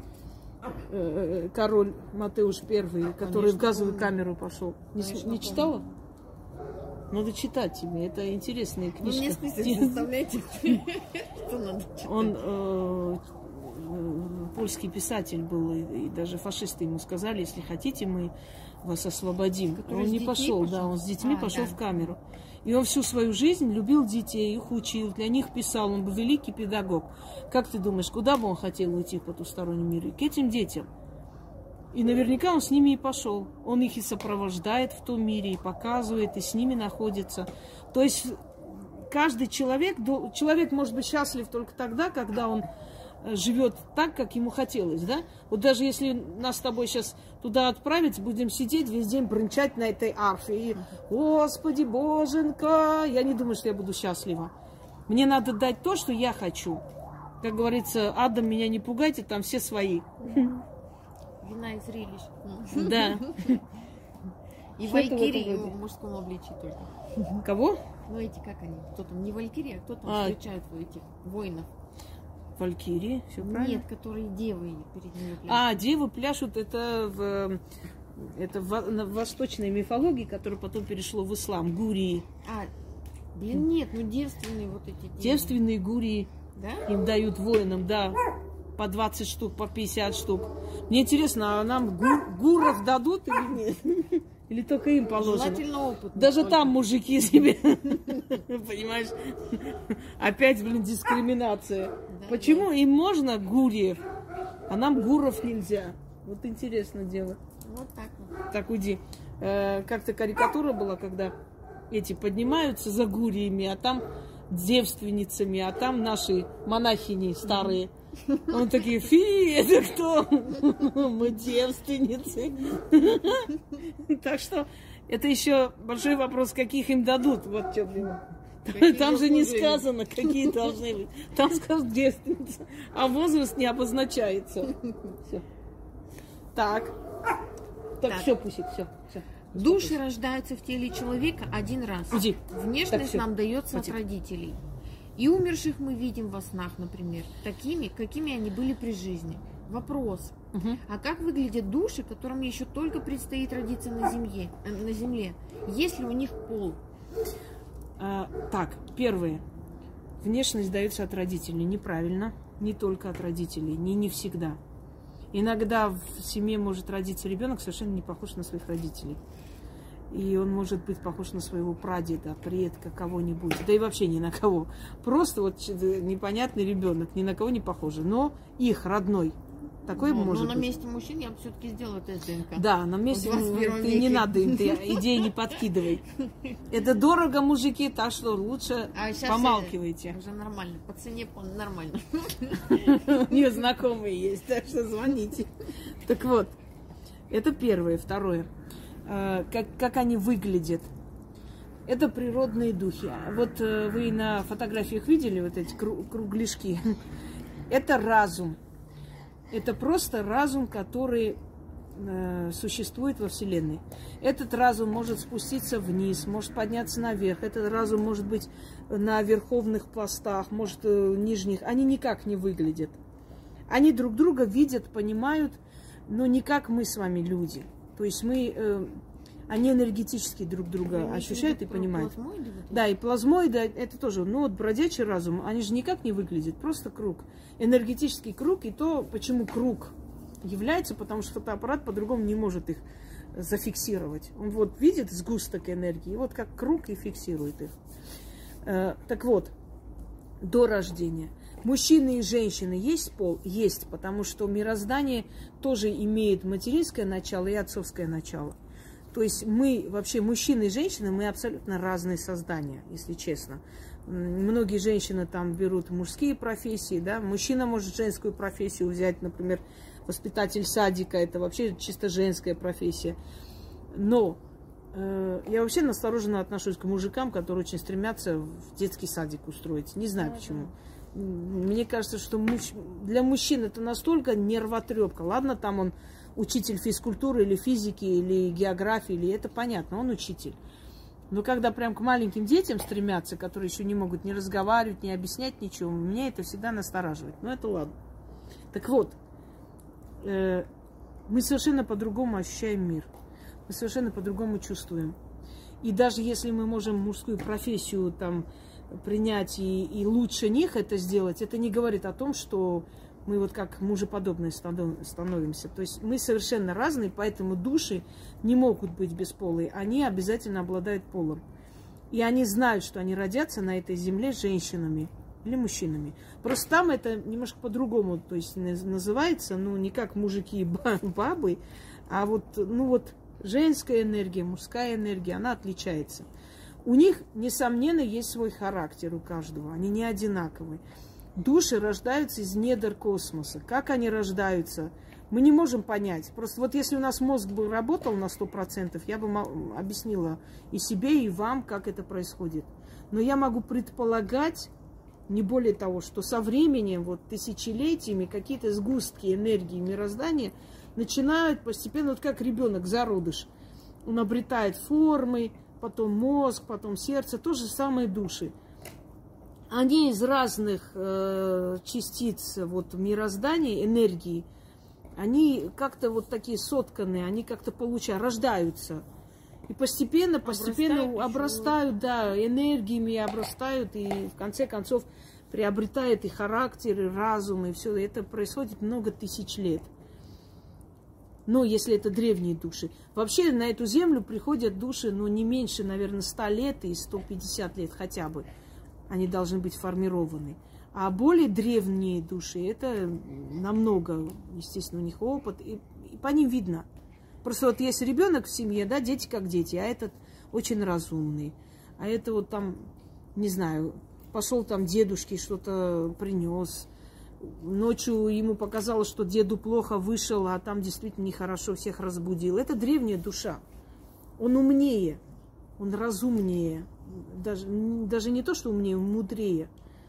король Матеуш I, который в газовую камеру пошел. Не читала? Надо читать тебе, это интересная книжка. Вы мне список составляете, что надо читать. Он польский писатель был, и даже фашисты ему сказали, если хотите, мы вас освободим. Он не пошел, да, он с детьми пошел в камеру. И он всю свою жизнь любил детей, их учил, для них писал, он был великий педагог. Как ты думаешь, куда бы он хотел уйти в потусторонний мир? К этим детям. И наверняка он с ними и пошел. Он их и сопровождает в том мире, и показывает, и с ними находится. То есть каждый человек может быть счастлив только тогда, когда он живет так, как ему хотелось, да? Вот даже если нас с тобой сейчас туда отправить, будем сидеть весь день бренчать на этой арфе. И, Господи, Боженька, я не думаю, что я буду счастлива. Мне надо дать то, что я хочу. Как говорится, Адам, меня не пугайте, там все свои. Вина и зрелищ. Да. И валькирии в мужском обличии только. Кого? Ну эти, как они? Кто там? Не валькирия, а кто там встречает этих воинов? Валькирии, все правильно? Нет, которые девы перед ними пляшут. Девы пляшут, это в восточной мифологии, которая потом перешло в ислам, гурии. Нет, ну девственные вот эти девы. Девственные гурии. Да? Им дают воинам, да, по 20 штук, по 50 штук. Мне интересно, а нам гуров дадут или нет? Или только им положено? Желательно опыт. Даже там мужики себе. Понимаешь? Опять, дискриминация. Да, почему им можно гуриев, а нам гуров нельзя? Вот интересное дело. Вот так вот. Так, уйди. Как-то карикатура была, когда эти поднимаются за гуриями, а там девственницами, а там наши монахини старые. Он такие, фи, это кто? Мы девственницы. Так что это еще большой вопрос, каких им дадут. Вот что, там же не сказано, какие должны быть. Там сказано девственница, а возраст не обозначается. Все. Так, все, Пусик, все. Души рождаются в теле человека один раз. Иди. Внешность нам дается от родителей. И умерших мы видим во снах, например, такими, какими они были при жизни. Вопрос. А как выглядят души, которым еще только предстоит родиться на земле? Есть ли у них пол? Первое. Внешность дается от родителей. Неправильно. Не только от родителей. Не всегда. Иногда в семье может родиться ребенок, совершенно не похож на своих родителей. И он может быть похож на своего прадеда, предка, кого-нибудь. Да и вообще ни на кого. Просто вот непонятный ребенок, ни на кого не похожий. Но их родной. Такой может быть. Но на месте мужчин я бы все-таки сделала тест ДНК. Да, на месте ты не надо им, ты идеи не подкидывай. Это дорого, мужики, так что лучше помалкивайте. Уже нормально, по цене нормально. У нее знакомые есть, так что звоните. Так вот, Это первое. Второе. Как они выглядят. Это природные духи. Вот вы на фотографиях видели вот эти кругляшки? Это разум. Это просто разум, который существует во Вселенной. Этот разум может спуститься вниз, может подняться наверх. Этот разум может быть на верховных пластах, может нижних. Они никак не выглядят. Они друг друга видят, понимают, но не как мы с вами люди. То есть они энергетически друг друга ощущают и понимают. Да, и плазмоиды, это тоже. Ну вот бродячий разум, они же никак не выглядят, просто круг. Энергетический круг, и то, почему круг является, потому что фотоаппарат по-другому не может их зафиксировать. Он вот видит сгусток энергии, и вот как круг и фиксирует их. Так вот, до рождения. Мужчины и женщины есть пол? Есть, потому что мироздание тоже имеет материнское начало и отцовское начало. То есть мы, вообще мужчины и женщины, мы абсолютно разные создания, если честно. Многие женщины там берут мужские профессии, да, мужчина может женскую профессию взять, например, воспитатель садика, это вообще чисто женская профессия. Но я вообще настороженно отношусь к мужикам, которые очень стремятся в детский садик устроить. Не знаю почему. Мне кажется, что для мужчин это настолько нервотрепка. Ладно, там он учитель физкультуры или физики, или географии, или это понятно, он учитель. Но когда прям к маленьким детям стремятся, которые еще не могут ни разговаривать, ни объяснять ничего, меня это всегда настораживает. Но это ладно. Так вот, мы совершенно по-другому ощущаем мир. Мы совершенно по-другому чувствуем. И даже если мы можем мужскую профессию там принять и лучше них это сделать, это не говорит о том, что мы вот как мужеподобные становимся. То есть мы совершенно разные, поэтому души не могут быть бесполые. Они обязательно обладают полом. И они знают, что они родятся на этой земле женщинами или мужчинами. Просто там это немножко по-другому, то есть называется, ну, не как мужики и бабы, а вот, ну, вот женская энергия, мужская энергия, она отличается. У них, несомненно, есть свой характер у каждого, они не одинаковые. Души рождаются из недр космоса. Как они рождаются, мы не можем понять. Просто вот если у нас мозг бы работал на 100%, я бы объяснила и себе, и вам, как это происходит. Но я могу предполагать, не более того, что со временем, вот тысячелетиями, какие-то сгустки энергии мироздания начинают постепенно, вот как ребенок, зародыш. Он обретает формы, потом мозг, потом сердце, то же самое души. Они из разных частиц вот, мироздания, энергии, они как-то вот такие сотканные, они как-то рождаются. И постепенно обрастают, да, энергиями, обрастают, и в конце концов приобретают и характер, и разум, и все. Это происходит много тысяч лет. Но если это древние души. Вообще на эту землю приходят души, ну, не меньше, наверное, 100 лет и 150 лет хотя бы. Они должны быть формированы. А более древние души, это намного, естественно, у них опыт, и по ним видно. Просто вот есть ребенок в семье, да, дети как дети, а этот очень разумный. А это вот там, не знаю, пошел там дедушке, что-то принес. Ночью ему показалось, что деду плохо, вышел, а там действительно нехорошо, всех разбудил. Это древняя душа. Он умнее, он разумнее. Даже не то, что умнее, он мудрее.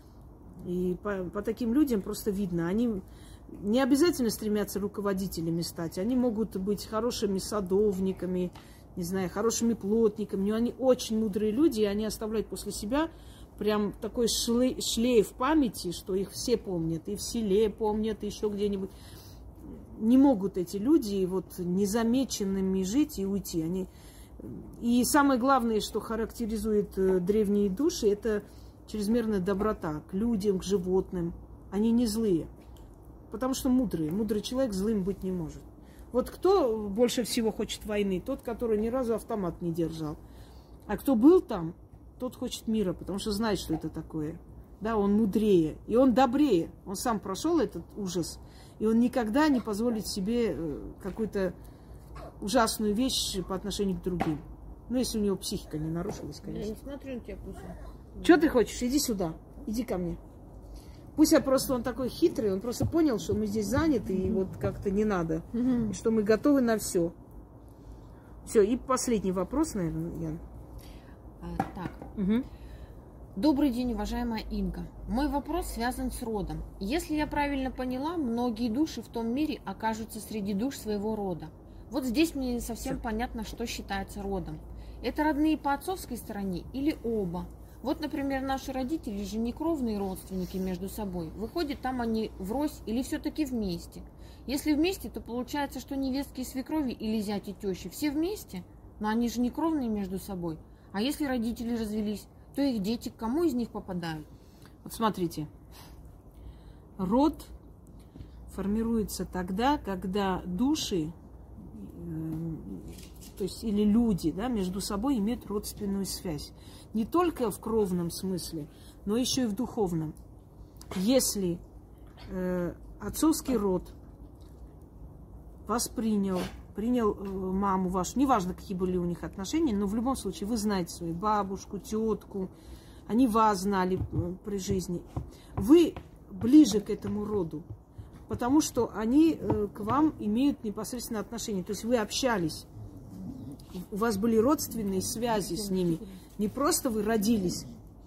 И по таким людям просто видно. Они не обязательно стремятся руководителями стать. Они могут быть хорошими садовниками, не знаю, хорошими плотниками. Но они очень мудрые люди, и они оставляют после себя прям такой шлейф памяти, что их все помнят. И в селе помнят, и еще где-нибудь. Не могут эти люди вот незамеченными жить и уйти. И самое главное, что характеризует древние души, это чрезмерная доброта к людям, к животным. Они не злые, потому что мудрые. Мудрый человек злым быть не может. Вот кто больше всего хочет войны? Тот, который ни разу автомат не держал. А кто был там, тот хочет мира, потому что знает, что это такое. Да, он мудрее, и он добрее. Он сам прошел этот ужас, и он никогда не позволит себе какую-то ужасную вещь по отношению к другим. Ну, если у него психика не нарушилась, конечно. Я не смотрю на тебя, Пуся. Что ты хочешь? Иди сюда. Иди ко мне. Пусть просто он такой хитрый, он просто понял, что мы здесь заняты, и вот как-то не надо, и что мы готовы на все. Все, и последний вопрос, наверное, Ян. Так. Добрый день, уважаемая Инга. Мой вопрос связан с родом. Если я правильно поняла, многие души в том мире окажутся среди душ своего рода. Вот здесь мне не совсем понятно, что считается родом. Это родные по отцовской стороне или оба? Вот, например, наши родители же не кровные родственники между собой. Выходит, там они врозь или все-таки вместе? Если вместе, то получается, что невестки и свекрови или зять и тещи все вместе, но они же не кровные между собой. А если родители развелись, то их дети к кому из них попадают? Вот смотрите, род формируется тогда, когда души, то есть или люди, да, между собой имеют родственную связь. Не только в кровном смысле, но еще и в духовном. Если отцовский род вас принял маму вашу, неважно, какие были у них отношения, но в любом случае вы знаете свою бабушку, тетку, они вас знали при жизни. Вы ближе к этому роду, потому что они к вам имеют непосредственно отношение. То есть вы общались, у вас были родственные связи с ними. Не просто вы родились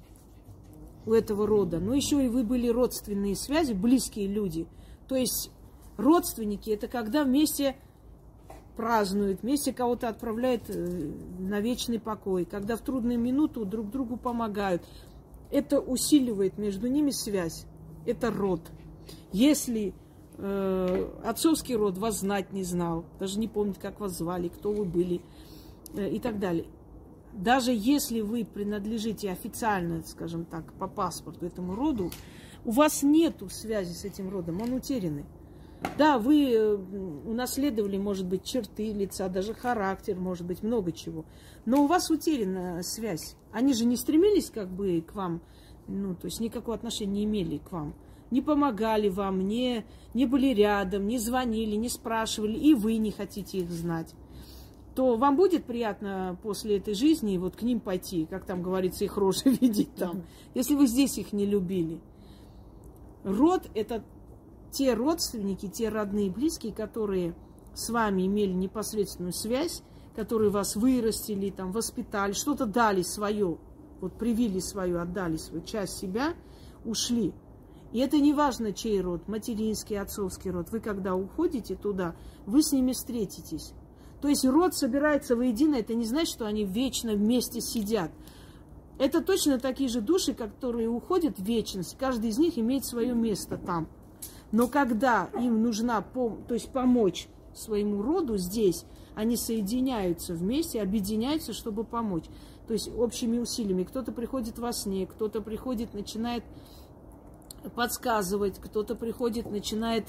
у этого рода, но еще и вы были родственные связи, близкие люди. То есть родственники – это когда вместе празднуют, вместе кого-то отправляют на вечный покой, когда в трудную минуту друг другу помогают. Это усиливает между ними связь. Это род. Если отцовский род вас знать не знал, даже не помнит, как вас звали, кто вы были и так далее. Даже если вы принадлежите официально, скажем так, по паспорту этому роду, у вас нет связи с этим родом, он утерянный. Да, вы унаследовали, может быть, черты лица, даже характер, может быть, много чего. Но у вас утеряна связь. Они же не стремились как бы к вам, то есть никакого отношения не имели к вам. Не помогали вам, не были рядом, не звонили, не спрашивали, и вы не хотите их знать. То вам будет приятно после этой жизни вот к ним пойти, как там говорится, их рожи видеть там, если вы здесь их не любили. Род – это те родственники, те родные и близкие, которые с вами имели непосредственную связь, которые вас вырастили, там, воспитали, что-то дали свое, вот привили свое, отдали свою часть себя, ушли. И это не важно, чей род, материнский, отцовский род. Вы когда уходите туда, вы с ними встретитесь. То есть род собирается воедино, это не значит, что они вечно вместе сидят. Это точно такие же души, которые уходят в вечность. Каждый из них имеет свое место там. Но когда им нужна помочь своему роду здесь, они соединяются вместе, объединяются, чтобы помочь. То есть общими усилиями. Кто-то приходит во сне, кто-то приходит, начинает подсказывать, кто-то приходит, начинает,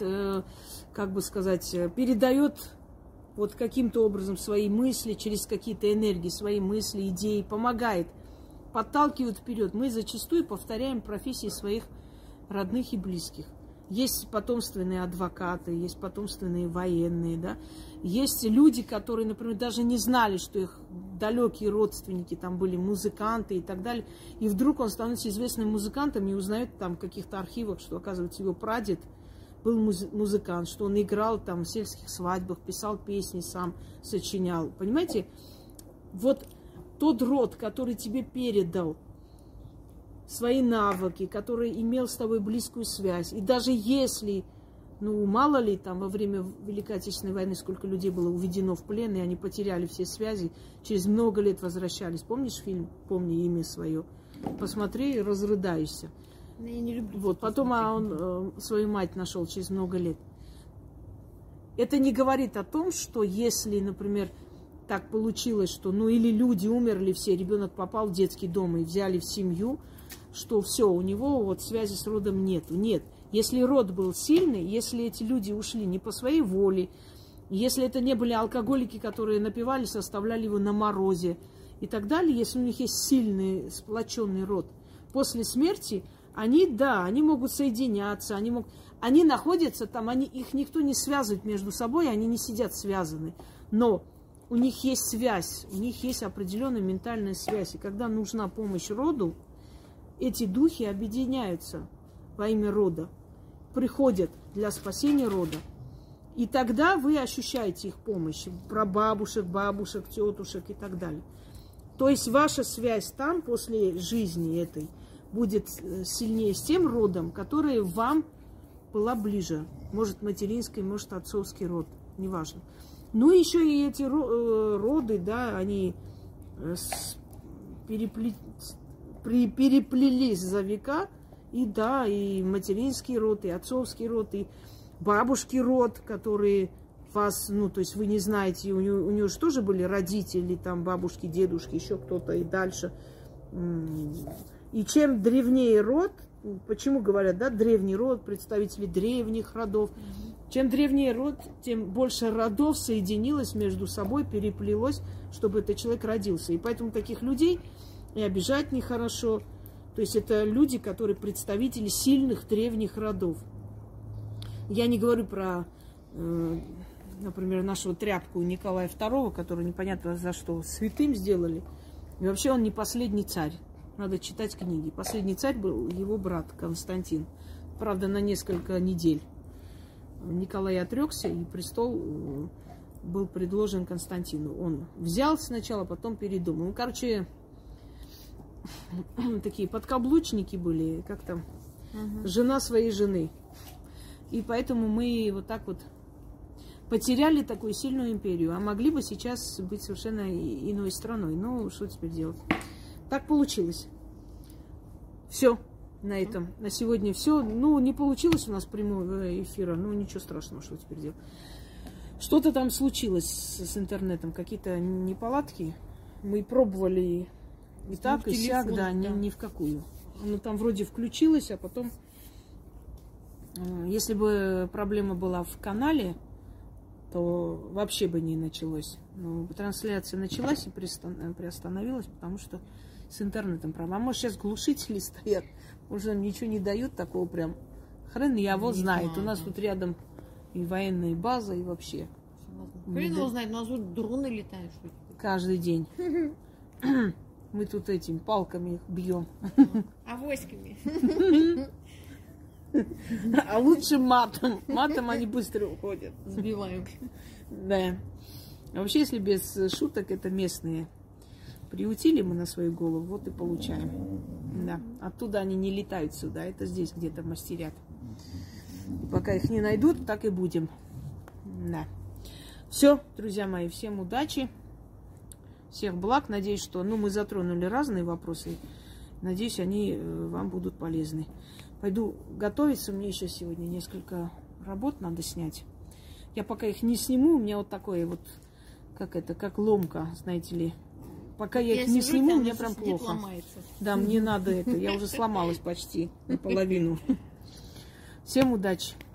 передает вот каким-то образом свои мысли, через какие-то энергии, свои мысли, идеи, помогает, подталкивает вперед. Мы зачастую повторяем профессии своих родных и близких. Есть потомственные адвокаты, есть потомственные военные, да. Есть люди, которые, например, даже не знали, что их далекие родственники там были музыканты и так далее. И вдруг он становится известным музыкантом и узнает там в каких-то архивах, что, оказывается, его прадед был музыкант, что он играл там в сельских свадьбах, писал песни, сам сочинял. Понимаете? Вот тот род, который тебе передал свои навыки, который имел с тобой близкую связь. И даже если, мало ли, там во время Великой Отечественной войны сколько людей было уведено в плен, и они потеряли все связи, через много лет возвращались. Помнишь фильм «Помни имя свое»? Посмотри и разрыдаешься. Я не люблю. Вот, потом он свою мать нашел через много лет. Это не говорит о том, что если, например, так получилось, что, или люди умерли все, ребенок попал в детский дом и взяли в семью, что все, у него вот связи с родом нет. Нет. Если род был сильный, если эти люди ушли не по своей воле, если это не были алкоголики, которые напивались, оставляли его на морозе и так далее, если у них есть сильный, сплоченный род, после смерти они могут соединяться, они находятся там, их никто не связывает между собой, они не сидят связаны, но у них есть связь, у них есть определенная ментальная связь, и когда нужна помощь роду, эти духи объединяются. во имя рода, приходят для спасения рода. И тогда вы ощущаете их помощь, прабабушек, бабушек, тетушек и так далее. То есть ваша связь там после жизни этой будет сильнее с тем родом, который вам была ближе. Может, материнский, может, отцовский род, неважно. Ну, еще и эти роды, да, они переплелись за века. И да, и материнский род, и отцовский род, и бабушки род, которые вас, ну, то есть вы не знаете, у нее же тоже были родители, там, бабушки, дедушки, еще кто-то и дальше. И чем древнее род, почему говорят, да, древний род, представители древних родов, чем древнее род, тем больше родов соединилось между собой, переплелось, чтобы этот человек родился. И поэтому таких людей и обижать нехорошо. То есть это люди, которые представители сильных древних родов. Я не говорю про, например, нашего тряпку Николая II, которого непонятно за что святым сделали. И вообще он не последний царь. Надо читать книги. Последний царь был его брат Константин. Правда, на несколько недель. Николай отрекся, и престол был предложен Константину. Он взял сначала, потом передумал. Ну, короче, такие подкаблучники были, как там, жена своей жены. И поэтому мы вот так вот потеряли такую сильную империю, а могли бы сейчас быть совершенно иной страной. Ну, что теперь делать? Так получилось. Все на этом. На сегодня все. Ну, не получилось у нас прямого эфира. Ну, ничего страшного, что теперь делать. Что-то там случилось с интернетом. Какие-то неполадки. Мы пробовали и так, и сяк, да, ни в какую. Оно там вроде включилось, а потом... Если бы проблема была в канале, то вообще бы не началось. Но трансляция началась и приостановилась, потому что с интернетом проблема. А может, сейчас глушители стоят, уже нам ничего не дают такого прям. Хрен его знает. У нас тут рядом и военная база, и вообще. Хрен его знает, у нас тут дроны летают. Каждый день. Мы тут этими палками их бьем. Авоськами. А лучше матом. Матом они быстро уходят. Сбивают. Да. А вообще, если без шуток, это местные. Приутили мы на свою голову, вот и получаем. Да. Оттуда они не летают сюда. Это здесь где-то мастерят. И пока их не найдут, так и будем. Да. Все, друзья мои, всем удачи. Всех благ. Надеюсь, что мы затронули разные вопросы. Надеюсь, они вам будут полезны. Пойду готовиться. Мне еще сегодня несколько работ надо снять. Я пока их не сниму, у меня вот такое вот, как ломка, знаете ли. Пока я их не сниму, мне прям плохо. Ломается. Да, мне надо это. Я уже сломалась почти наполовину. Всем удачи.